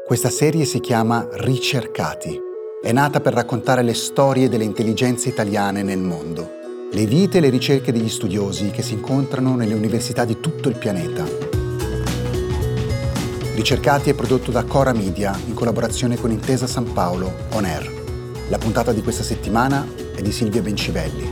Questa serie si chiama Ricercati. È nata per raccontare le storie delle intelligenze italiane nel mondo, le vite e le ricerche degli studiosi che si incontrano nelle università di tutto il pianeta. Ricercati è prodotto da Cora Media in collaborazione con Intesa San Paolo On Air. La puntata di questa settimana è di Silvia Bencivelli.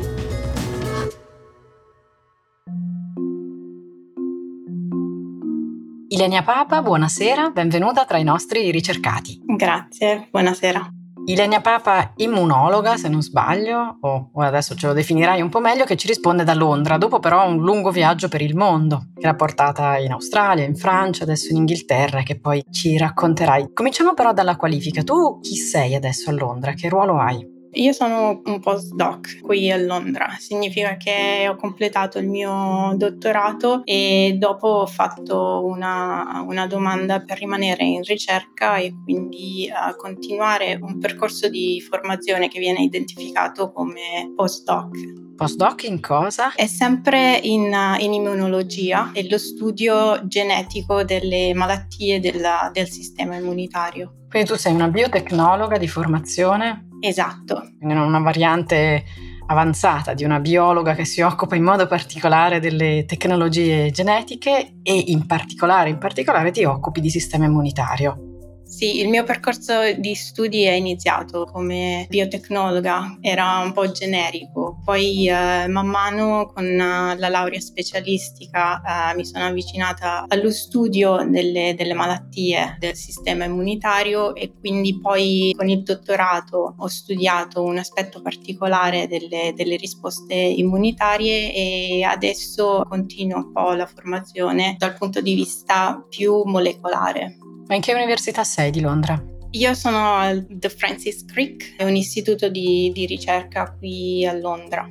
Ilenia Papa, buonasera, benvenuta tra i nostri ricercati. Grazie, buonasera. Ilenia Papa, immunologa, se non sbaglio, o adesso ce lo definirai un po' meglio, che ci risponde da Londra, dopo però un lungo viaggio per il mondo, che l'ha portata in Australia, in Francia, adesso in Inghilterra, che poi ci racconterai. Cominciamo però dalla qualifica. Tu chi sei adesso a Londra? Che ruolo hai? Io sono un postdoc qui a Londra, significa che ho completato il mio dottorato e dopo ho fatto una domanda per rimanere in ricerca e quindi continuare un percorso di formazione che viene identificato come postdoc. Postdoc in cosa? È sempre in immunologia e lo studio genetico delle malattie del sistema immunitario. Quindi tu sei una biotecnologa di formazione? Esatto. Quindi una variante avanzata di una biologa che si occupa in modo particolare delle tecnologie genetiche e in particolare ti occupi di sistema immunitario. Sì, il mio percorso di studi è iniziato come biotecnologa, era un po' generico, poi man mano con la laurea specialistica mi sono avvicinata allo studio delle malattie del sistema immunitario e quindi poi con il dottorato ho studiato un aspetto particolare delle risposte immunitarie e adesso continuo un po' la formazione dal punto di vista più molecolare. Ma in che università sei di Londra? Io sono al The Francis Crick, è un istituto di ricerca qui a Londra.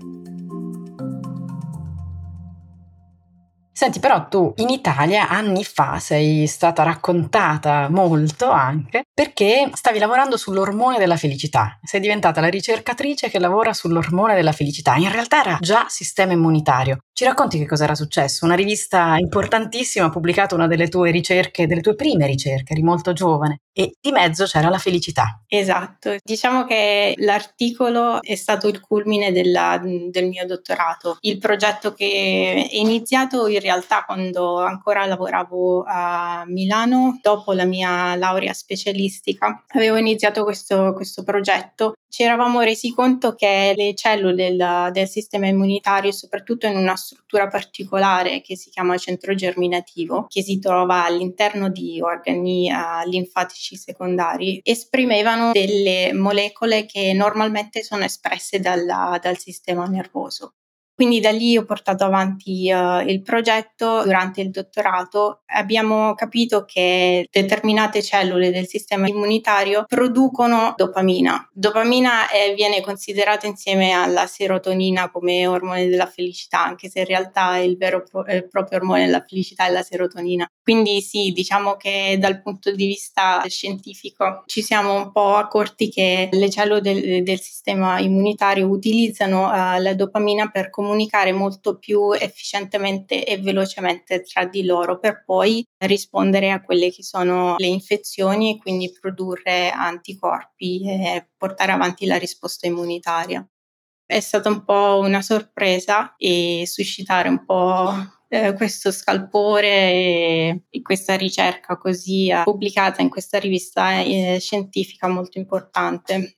Senti, però tu in Italia anni fa sei stata raccontata molto anche perché stavi lavorando sull'ormone della felicità. Sei diventata la ricercatrice che lavora sull'ormone della felicità. In realtà era già sistema immunitario. Ci racconti che cosa era successo? Una rivista importantissima ha pubblicato una delle tue ricerche, delle tue prime ricerche, eri molto giovane, e di mezzo c'era la felicità. Esatto, diciamo che l'articolo è stato il culmine del mio dottorato. Il progetto che è iniziato in realtà quando ancora lavoravo a Milano, dopo la mia laurea specialistica, avevo iniziato questo progetto. Ci eravamo resi conto che le cellule del sistema immunitario, soprattutto in una struttura particolare che si chiama centro germinativo, che si trova all'interno di organi linfatici secondari, esprimevano delle molecole che normalmente sono espresse dal sistema nervoso. Quindi da lì ho portato avanti il progetto. Durante il dottorato abbiamo capito che determinate cellule del sistema immunitario producono dopamina. Dopamina viene considerata insieme alla serotonina come ormone della felicità, anche se in realtà il proprio ormone della felicità è la serotonina. Quindi sì, diciamo che dal punto di vista scientifico ci siamo un po' accorti che le cellule del sistema immunitario utilizzano la dopamina per comunicare molto più efficientemente e velocemente tra di loro per poi rispondere a quelle che sono le infezioni e quindi produrre anticorpi e portare avanti la risposta immunitaria. È stata un po' una sorpresa e suscitare un po' questo scalpore e questa ricerca così pubblicata in questa rivista scientifica molto importante.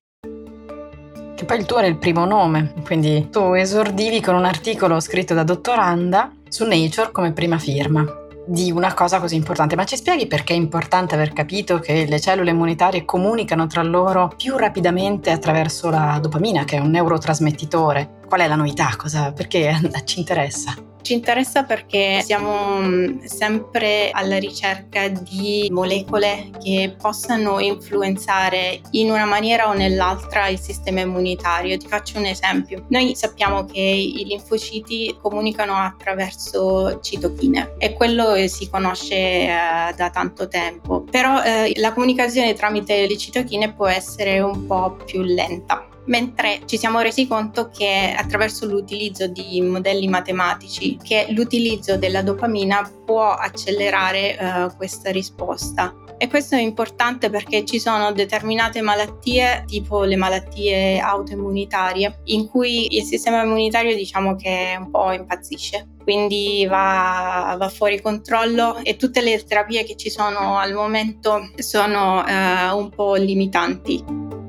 Che poi il tuo era il primo nome, quindi tu esordivi con un articolo scritto da dottoranda su Nature come prima firma di una cosa così importante. Ma ci spieghi perché è importante aver capito che le cellule immunitarie comunicano tra loro più rapidamente attraverso la dopamina, che è un neurotrasmettitore? Qual è la novità? Perché ci interessa? Ci interessa perché siamo sempre alla ricerca di molecole che possano influenzare in una maniera o nell'altra il sistema immunitario. Ti faccio un esempio. Noi sappiamo che i linfociti comunicano attraverso citochine e quello si conosce da tanto tempo. Però la comunicazione tramite le citochine può essere un po' più lenta. mentre ci siamo resi conto che attraverso l'utilizzo di modelli matematici che l'utilizzo della dopamina può accelerare questa risposta. E questo è importante perché ci sono determinate malattie, tipo le malattie autoimmunitarie, in cui il sistema immunitario diciamo che un po' impazzisce, quindi va fuori controllo e tutte le terapie che ci sono al momento sono un po' limitanti.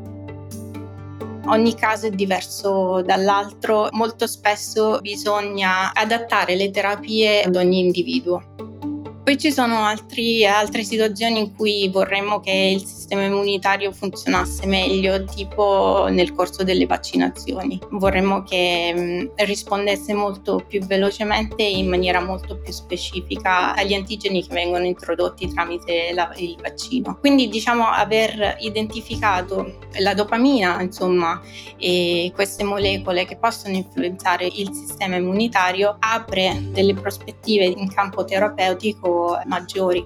Ogni caso è diverso dall'altro, molto spesso bisogna adattare le terapie ad ogni individuo. Poi ci sono altre situazioni in cui vorremmo che il sistema immunitario funzionasse meglio, tipo nel corso delle vaccinazioni. Vorremmo che rispondesse molto più velocemente e in maniera molto più specifica agli antigeni che vengono introdotti tramite il vaccino. Quindi diciamo aver identificato la dopamina, insomma, e queste molecole che possono influenzare il sistema immunitario apre delle prospettive in campo terapeutico maggiori.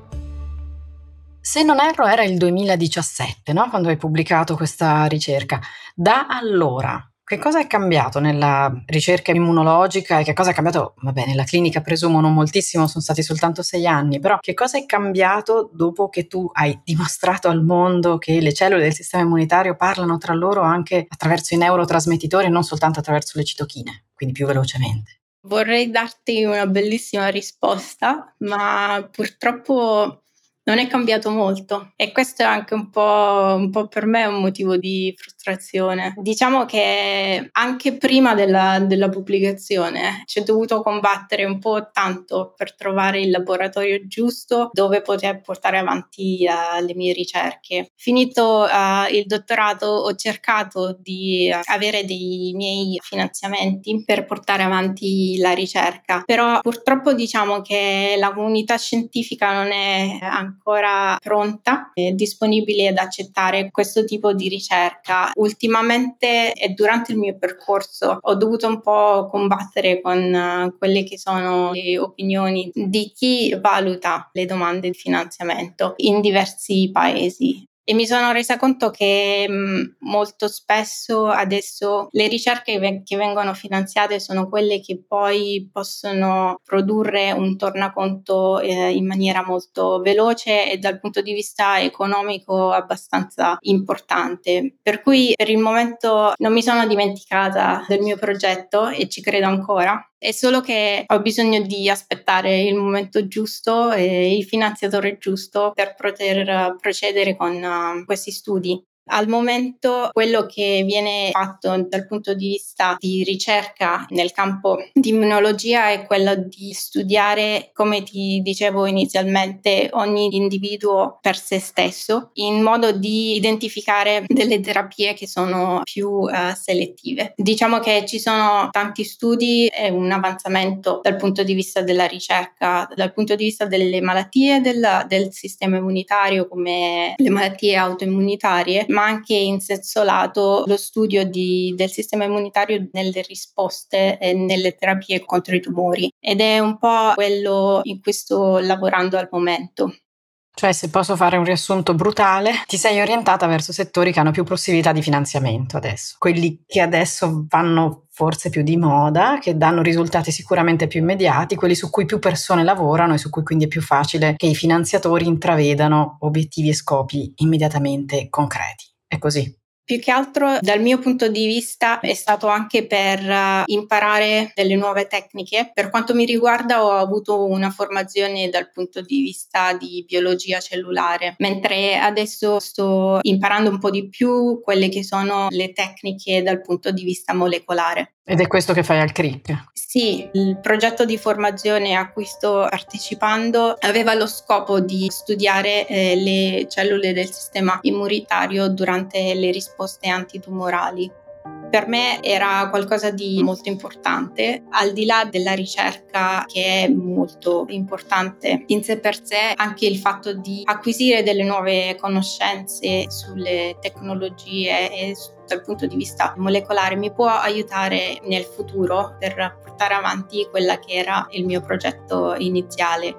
Se non erro era il 2017, no? Quando hai pubblicato questa ricerca. Da allora, che cosa è cambiato nella ricerca immunologica e che cosa è cambiato, vabbè, nella clinica presumo non moltissimo, sono stati soltanto 6 anni, però che cosa è cambiato dopo che tu hai dimostrato al mondo che le cellule del sistema immunitario parlano tra loro anche attraverso i neurotrasmettitori e non soltanto attraverso le citochine, quindi più velocemente? Vorrei darti una bellissima risposta, ma purtroppo non è cambiato molto e questo è anche un po' per me un motivo di frustrazione. Diciamo che anche prima della pubblicazione ci ho dovuto combattere un po' tanto per trovare il laboratorio giusto dove poter portare avanti le mie ricerche. Finito il dottorato ho cercato di avere dei miei finanziamenti per portare avanti la ricerca, però purtroppo diciamo che la comunità scientifica non è ancora pronta e disponibile ad accettare questo tipo di ricerca. Ultimamente e durante il mio percorso ho dovuto un po' combattere con quelle che sono le opinioni di chi valuta le domande di finanziamento in diversi paesi. E mi sono resa conto che molto spesso adesso le ricerche che vengono finanziate sono quelle che poi possono produrre un tornaconto in maniera molto veloce e dal punto di vista economico abbastanza importante. Per cui per il momento non mi sono dimenticata del mio progetto e ci credo ancora. È solo che ho bisogno di aspettare il momento giusto e il finanziatore giusto per poter procedere con questi studi. Al momento quello che viene fatto dal punto di vista di ricerca nel campo di immunologia è quello di studiare, come ti dicevo inizialmente, ogni individuo per se stesso in modo di identificare delle terapie che sono più selettive. Diciamo che ci sono tanti studi e un avanzamento dal punto di vista della ricerca, dal punto di vista delle malattie del sistema immunitario come le malattie autoimmunitarie, ma anche in senso lato lo studio del sistema immunitario nelle risposte e nelle terapie contro i tumori. Ed è un po' quello in cui sto lavorando al momento. Cioè, se posso fare un riassunto brutale, ti sei orientata verso settori che hanno più possibilità di finanziamento adesso, quelli che adesso vanno forse più di moda, che danno risultati sicuramente più immediati, quelli su cui più persone lavorano e su cui quindi è più facile che i finanziatori intravedano obiettivi e scopi immediatamente concreti. È così. Più che altro dal mio punto di vista è stato anche per imparare delle nuove tecniche. Per quanto mi riguarda ho avuto una formazione dal punto di vista di biologia cellulare, mentre adesso sto imparando un po' di più quelle che sono le tecniche dal punto di vista molecolare. Ed è questo che fai al CRIC? Sì, il progetto di formazione a cui sto partecipando aveva lo scopo di studiare le cellule del sistema immunitario durante le risposte antitumorali. Per me era qualcosa di molto importante, al di là della ricerca che è molto importante in sé per sé, anche il fatto di acquisire delle nuove conoscenze sulle tecnologie e dal punto di vista molecolare mi può aiutare nel futuro per portare avanti quella che era il mio progetto iniziale.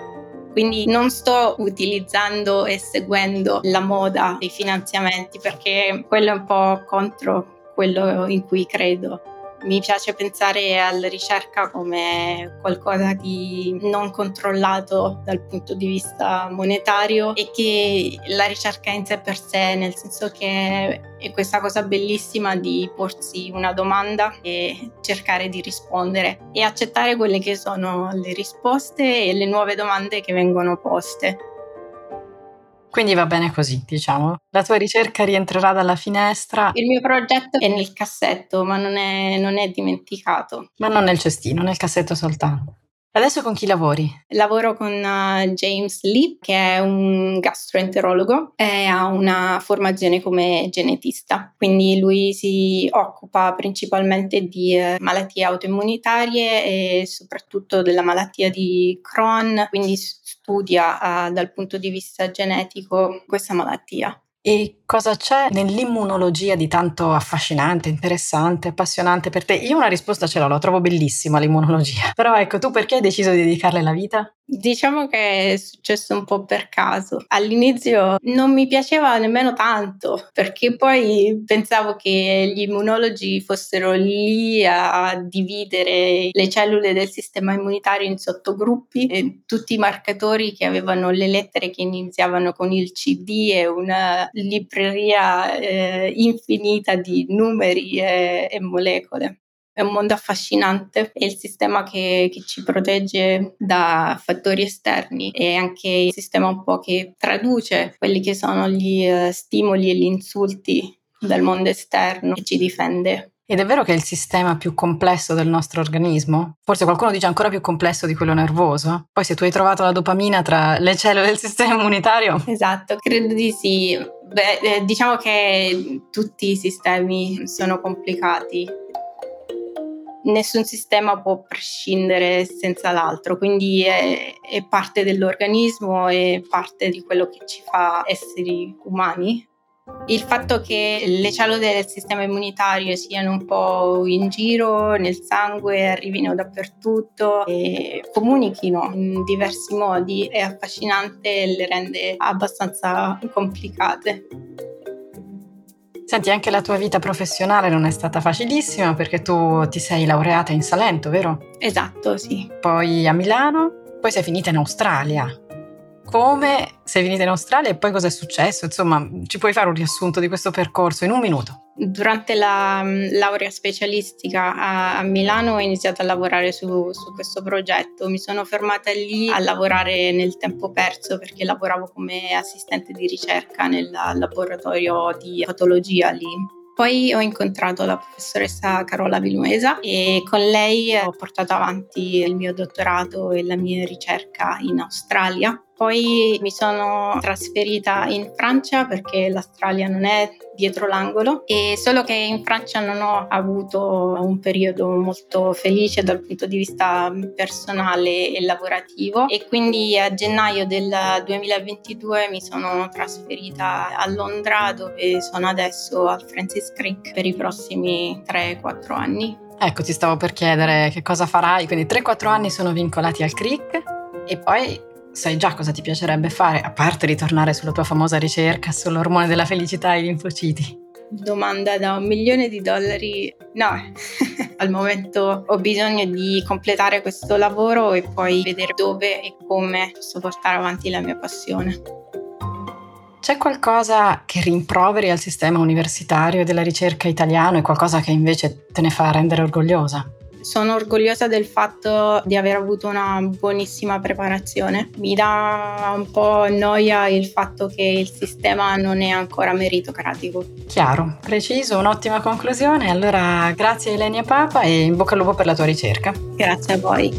Quindi non sto utilizzando e seguendo la moda dei finanziamenti perché quello è un po' contro quello in cui credo. Mi piace pensare alla ricerca come qualcosa di non controllato dal punto di vista monetario, e che la ricerca in sé per sé, nel senso che è questa cosa bellissima di porsi una domanda e cercare di rispondere e accettare quelle che sono le risposte e le nuove domande che vengono poste. Quindi va bene così, diciamo. La tua ricerca rientrerà dalla finestra, Il mio progetto è nel cassetto, ma non è dimenticato. ma non nel cestino, nel cassetto soltanto. Adesso con chi lavori? Lavoro con James Lee, che è un gastroenterologo e ha una formazione come genetista. Quindi lui si occupa principalmente di malattie autoimmunitarie e soprattutto della malattia di Crohn, quindi studia dal punto di vista genetico questa malattia. E cosa c'è nell'immunologia di tanto affascinante, interessante, appassionante per te? Io una risposta ce l'ho, la trovo bellissima l'immunologia. Però ecco, tu perché hai deciso di dedicarle la vita? Diciamo che è successo un po' per caso. All'inizio non mi piaceva nemmeno tanto, perché poi pensavo che gli immunologi fossero lì a dividere le cellule del sistema immunitario in sottogruppi, e tutti i marcatori che avevano le lettere che iniziavano con il CD e una libreria infinita di numeri e molecole. È un mondo affascinante, è il sistema che ci protegge da fattori esterni, e anche il sistema un po' che traduce quelli che sono gli stimoli e gli insulti dal mondo esterno e ci difende. Ed è vero che è il sistema più complesso del nostro organismo? Forse qualcuno dice ancora più complesso di quello nervoso? Poi se tu hai trovato la dopamina tra le cellule del sistema immunitario... Esatto, credo di sì. Diciamo che tutti i sistemi sono complicati. Nessun sistema può prescindere senza l'altro, quindi è parte dell'organismo, è parte di quello che ci fa esseri umani. Il fatto che le cellule del sistema immunitario siano un po' in giro nel sangue, arrivino dappertutto e comunichino in diversi modi è affascinante e le rende abbastanza complicate. Senti, anche la tua vita professionale non è stata facilissima perché tu ti sei laureata in Salento, vero? Esatto, sì. Poi a Milano, poi sei finita in Australia. Come sei finita in Australia e poi cosa è successo? Insomma, ci puoi fare un riassunto di questo percorso in un minuto? Durante la laurea specialistica a Milano ho iniziato a lavorare su questo progetto. Mi sono fermata lì a lavorare nel tempo perso perché lavoravo come assistente di ricerca nel laboratorio di patologia lì. Poi ho incontrato la professoressa Carola Vinuesa e con lei ho portato avanti il mio dottorato e la mia ricerca in Australia. Poi mi sono trasferita in Francia perché l'Australia non è dietro l'angolo, e solo che in Francia non ho avuto un periodo molto felice dal punto di vista personale e lavorativo, e quindi a gennaio del 2022 mi sono trasferita a Londra, dove sono adesso al Francis Crick per i prossimi 3-4 anni. Ecco, ti stavo per chiedere che cosa farai, quindi 3-4 anni sono vincolati al Crick e poi sai già cosa ti piacerebbe fare, a parte ritornare sulla tua famosa ricerca sull'ormone della felicità e i linfociti? Domanda da $1 milione? No, al momento ho bisogno di completare questo lavoro e poi vedere dove e come posso portare avanti la mia passione. C'è qualcosa che rimproveri al sistema universitario e della ricerca italiano e qualcosa che invece te ne fa rendere orgogliosa? Sono orgogliosa del fatto di aver avuto una buonissima preparazione. Mi dà un po' noia il fatto che il sistema non è ancora meritocratico. Chiaro, preciso, un'ottima conclusione. Allora, grazie Ilenia Papa e in bocca al lupo per la tua ricerca. Grazie a voi.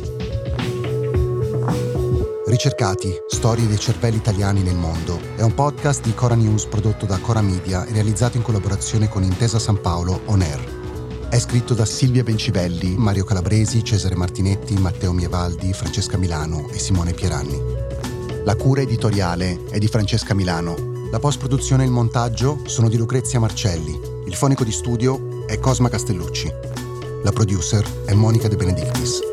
Ricercati, storie dei cervelli italiani nel mondo è un podcast di Cora News prodotto da Cora Media e realizzato in collaborazione con Intesa San Paolo On Air. È scritto da Silvia Bencivelli, Mario Calabresi, Cesare Martinetti, Matteo Mievaldi, Francesca Milano e Simone Pieranni. La cura editoriale è di Francesca Milano. La post-produzione e il montaggio sono di Lucrezia Marcelli. Il fonico di studio è Cosma Castellucci. La producer è Monica De Benedictis.